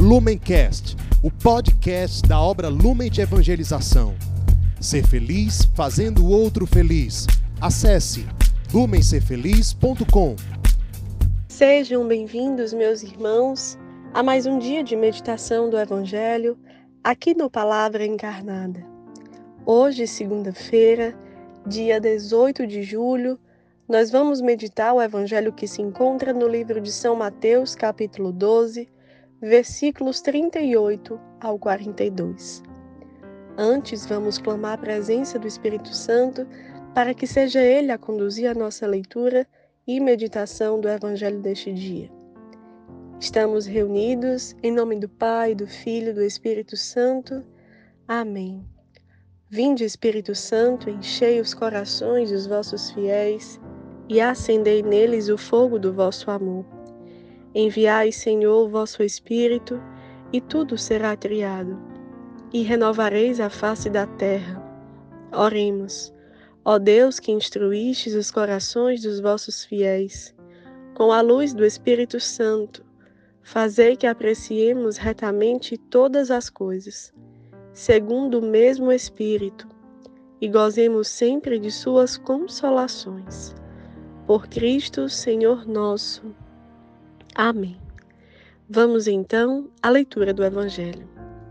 Lumencast, o podcast da obra Lumen de Evangelização. Ser feliz fazendo o outro feliz. Acesse lumencerfeliz.com. Sejam bem-vindos, meus irmãos, a mais um dia de meditação do Evangelho, aqui no Palavra Encarnada. Hoje, segunda-feira, dia 18 de julho, nós vamos meditar o Evangelho que se encontra no livro de São Mateus, capítulo 12, versículos 38 ao 42. Antes, vamos clamar a presença do Espírito Santo para que seja Ele a conduzir a nossa leitura e meditação do Evangelho deste dia. Estamos reunidos em nome do Pai, do Filho e do Espírito Santo. Amém. Vinde, Espírito Santo, enchei os corações dos vossos fiéis e acendei neles o fogo do vosso amor. Enviai, Senhor, o vosso Espírito, e tudo será criado, e renovareis a face da terra. Oremos. Ó Deus, que instruístes os corações dos vossos fiéis, com a luz do Espírito Santo, fazei que apreciemos retamente todas as coisas, segundo o mesmo Espírito, e gozemos sempre de suas consolações. Por Cristo, Senhor nosso. Amém. Vamos então à leitura do Evangelho.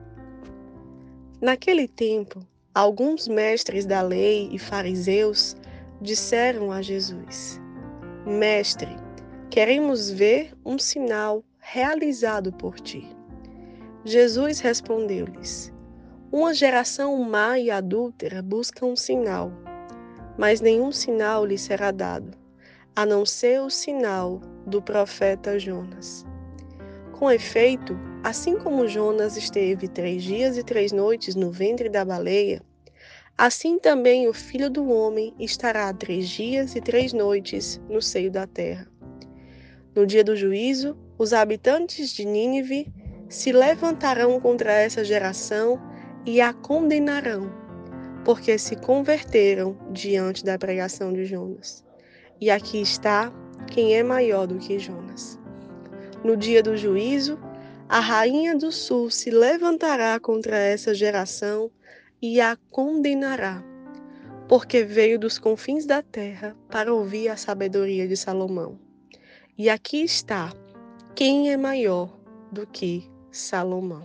Naquele tempo, alguns mestres da lei e fariseus disseram a Jesus: Mestre, queremos ver um sinal realizado por ti. Jesus respondeu-lhes: Uma geração má e adúltera busca um sinal, mas nenhum sinal lhe será dado, a não ser o sinal do profeta Jonas. Com efeito, assim como Jonas esteve 3 dias e 3 noites no ventre da baleia, assim também o Filho do Homem estará 3 dias e 3 noites no seio da terra. No dia do juízo, os habitantes de Nínive se levantarão contra essa geração e a condenarão, porque se converteram diante da pregação de Jonas. E aqui está quem é maior do que Jonas. No dia do juízo, a rainha do sul se levantará contra essa geração e a condenará, porque veio dos confins da terra para ouvir a sabedoria de Salomão. E aqui está quem é maior do que Salomão.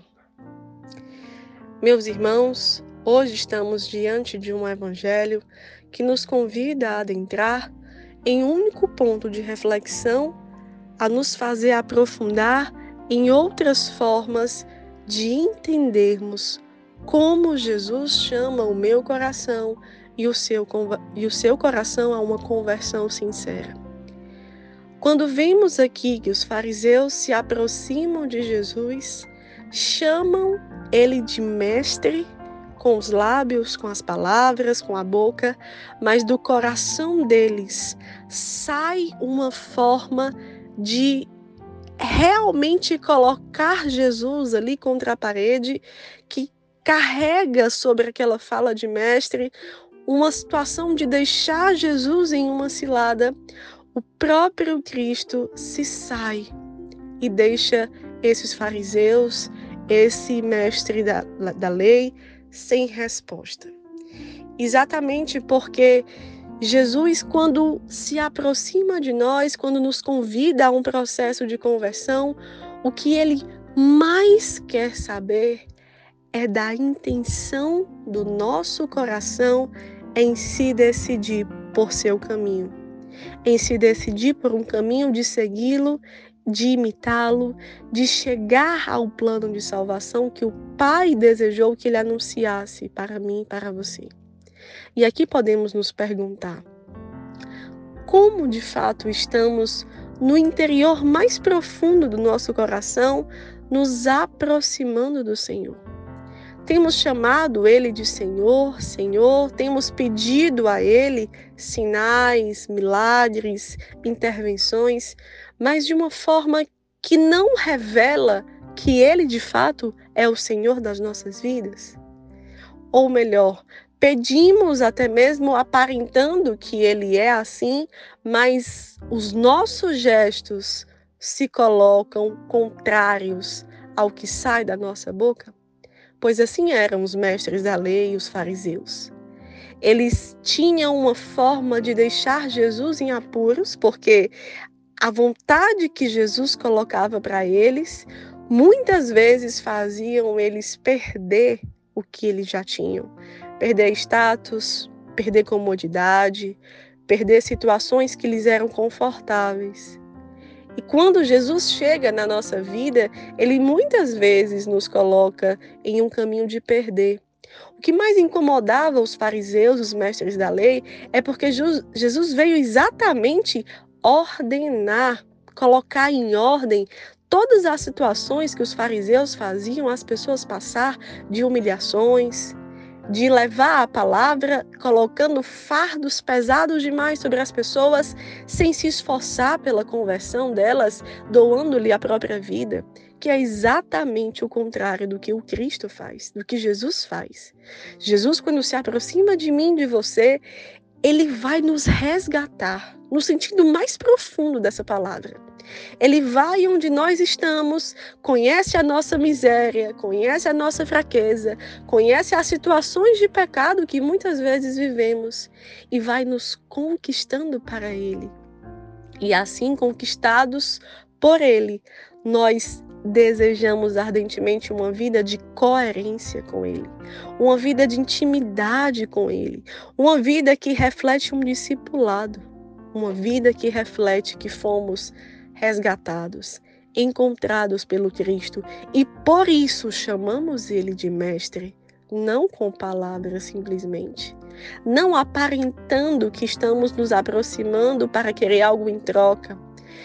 Meus irmãos, hoje estamos diante de um evangelho que nos convida a adentrar em um único ponto de reflexão, a nos fazer aprofundar em outras formas de entendermos como Jesus chama o meu coração e o seu coração a uma conversão sincera. Quando vemos aqui que os fariseus se aproximam de Jesus, chamam ele de mestre, com os lábios, com as palavras, com a boca, mas do coração deles sai uma forma de realmente colocar Jesus ali contra a parede, que carrega sobre aquela fala de mestre uma situação de deixar Jesus em uma cilada. O próprio Cristo se sai e deixa esses fariseus, esse mestre da lei, sem resposta. Exatamente porque Jesus, quando se aproxima de nós, quando nos convida a um processo de conversão, o que ele mais quer saber é da intenção do nosso coração em se decidir por seu caminho, em se decidir por um caminho de segui-lo, de imitá-lo, de chegar ao plano de salvação que o Pai desejou que ele anunciasse para mim e para você. E aqui podemos nos perguntar: como de fato estamos no interior mais profundo do nosso coração, nos aproximando do Senhor? Temos chamado Ele de Senhor, Senhor, temos pedido a Ele sinais, milagres, intervenções, mas de uma forma que não revela que Ele de fato é o Senhor das nossas vidas? Ou melhor, pedimos até mesmo aparentando que Ele é assim, mas os nossos gestos se colocam contrários ao que sai da nossa boca? Pois assim eram os mestres da lei e os fariseus. Eles tinham uma forma de deixar Jesus em apuros, porque a vontade que Jesus colocava para eles, muitas vezes faziam eles perder o que eles já tinham. Perder status, perder comodidade, perder situações que lhes eram confortáveis. E quando Jesus chega na nossa vida, ele muitas vezes nos coloca em um caminho de perder. O que mais incomodava os fariseus, os mestres da lei, é porque Jesus veio exatamente ordenar, colocar em ordem todas as situações que os fariseus faziam as pessoas passar de humilhações, de levar a palavra colocando fardos pesados demais sobre as pessoas, sem se esforçar pela conversão delas, doando-lhe a própria vida, que é exatamente o contrário do que o Cristo faz, do que Jesus faz. Jesus, quando se aproxima de mim, de você, ele vai nos resgatar, no sentido mais profundo dessa palavra. Ele vai onde nós estamos, conhece a nossa miséria, conhece a nossa fraqueza, conhece as situações de pecado que muitas vezes vivemos e vai nos conquistando para Ele. E assim, conquistados por Ele, nós desejamos ardentemente uma vida de coerência com Ele, uma vida de intimidade com Ele, uma vida que reflete um discipulado, uma vida que reflete que fomos resgatados, encontrados pelo Cristo e por isso chamamos Ele de Mestre, não com palavras simplesmente, não aparentando que estamos nos aproximando para querer algo em troca.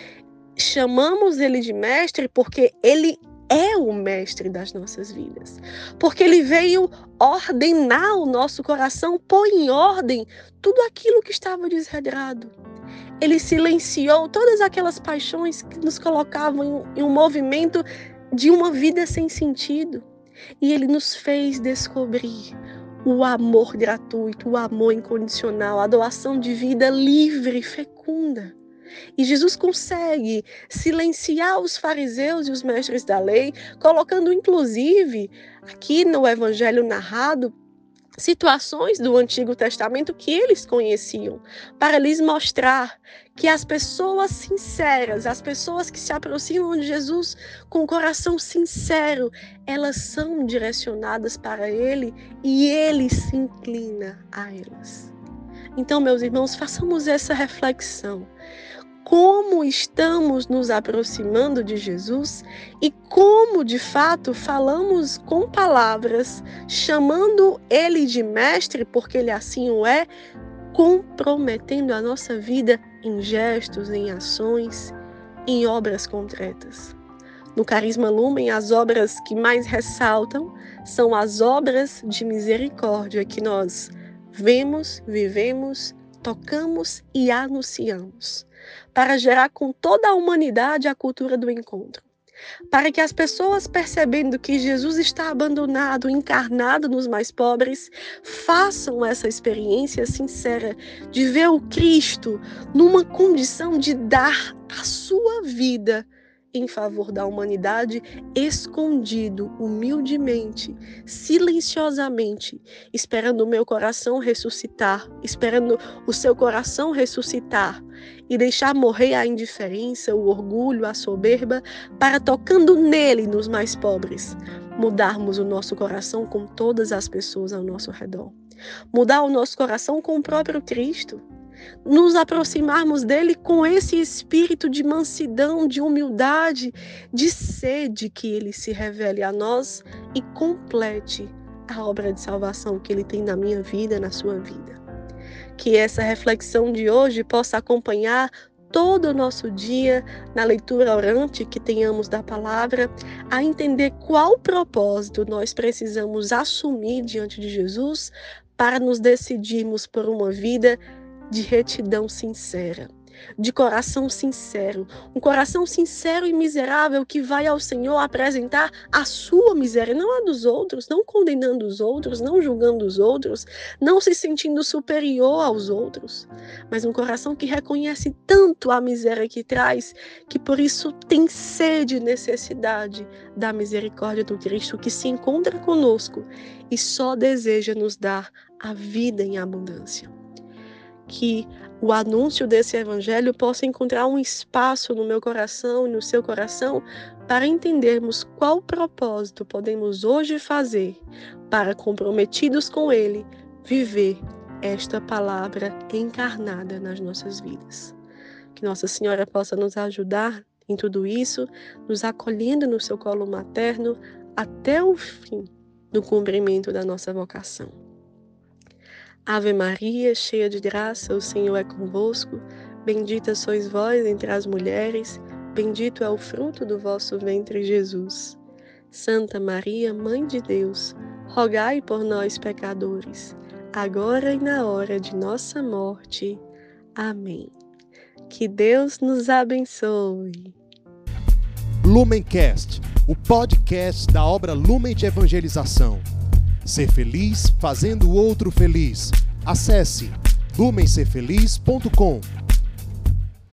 Chamamos Ele de Mestre porque Ele é o Mestre das nossas vidas, porque Ele veio ordenar o nosso coração, pôr em ordem tudo aquilo que estava desregrado. Ele silenciou todas aquelas paixões que nos colocavam em um movimento de uma vida sem sentido. E Ele nos fez descobrir o amor gratuito, o amor incondicional, a doação de vida livre e fecunda. E Jesus consegue silenciar os fariseus e os mestres da lei, colocando inclusive aqui no evangelho narrado situações do Antigo Testamento que eles conheciam, para lhes mostrar que as pessoas sinceras, as pessoas que se aproximam de Jesus com o coração sincero, elas são direcionadas para Ele e Ele se inclina a elas. Então, meus irmãos, façamos essa reflexão. Como estamos nos aproximando de Jesus e como, de fato, falamos com palavras, chamando Ele de Mestre, porque Ele assim o é, comprometendo a nossa vida em gestos, em ações, em obras concretas. No Carisma Lumen, as obras que mais ressaltam são as obras de misericórdia que nós vemos, vivemos, tocamos e anunciamos, para gerar com toda a humanidade a cultura do encontro. Para que as pessoas, percebendo que Jesus está abandonado, encarnado nos mais pobres, façam essa experiência sincera de ver o Cristo numa condição de dar a sua vida em favor da humanidade, escondido, humildemente, silenciosamente, esperando o meu coração ressuscitar, esperando o seu coração ressuscitar e deixar morrer a indiferença, o orgulho, a soberba, para, tocando nele, nos mais pobres, mudarmos o nosso coração com todas as pessoas ao nosso redor. Mudar o nosso coração com o próprio Cristo. Nos aproximarmos dele com esse espírito de mansidão, de humildade, de sede, que ele se revele a nós e complete a obra de salvação que ele tem na minha vida, na sua vida. Que essa reflexão de hoje possa acompanhar todo o nosso dia na leitura orante que tenhamos da palavra, a entender qual propósito nós precisamos assumir diante de Jesus para nos decidirmos por uma vida de retidão sincera, de coração sincero. Um coração sincero e miserável que vai ao Senhor apresentar a sua miséria, não a dos outros, não condenando os outros, não julgando os outros, não se sentindo superior aos outros, mas um coração que reconhece tanto a miséria que traz, que por isso tem sede e necessidade da misericórdia do Cristo que se encontra conosco e só deseja nos dar a vida em abundância. Que o anúncio desse evangelho possa encontrar um espaço no meu coração e no seu coração para entendermos qual propósito podemos hoje fazer para, comprometidos com ele, viver esta palavra encarnada nas nossas vidas. Que Nossa Senhora possa nos ajudar em tudo isso, nos acolhendo no seu colo materno até o fim do cumprimento da nossa vocação. Ave Maria, cheia de graça, o Senhor é convosco. Bendita sois vós entre as mulheres, bendito é o fruto do vosso ventre, Jesus. Santa Maria, Mãe de Deus, rogai por nós, pecadores, agora e na hora de nossa morte. Amém. Que Deus nos abençoe. Lumencast, o podcast da obra Lumen de Evangelização. Ser feliz fazendo o outro feliz. Acesse lumencerfeliz.com.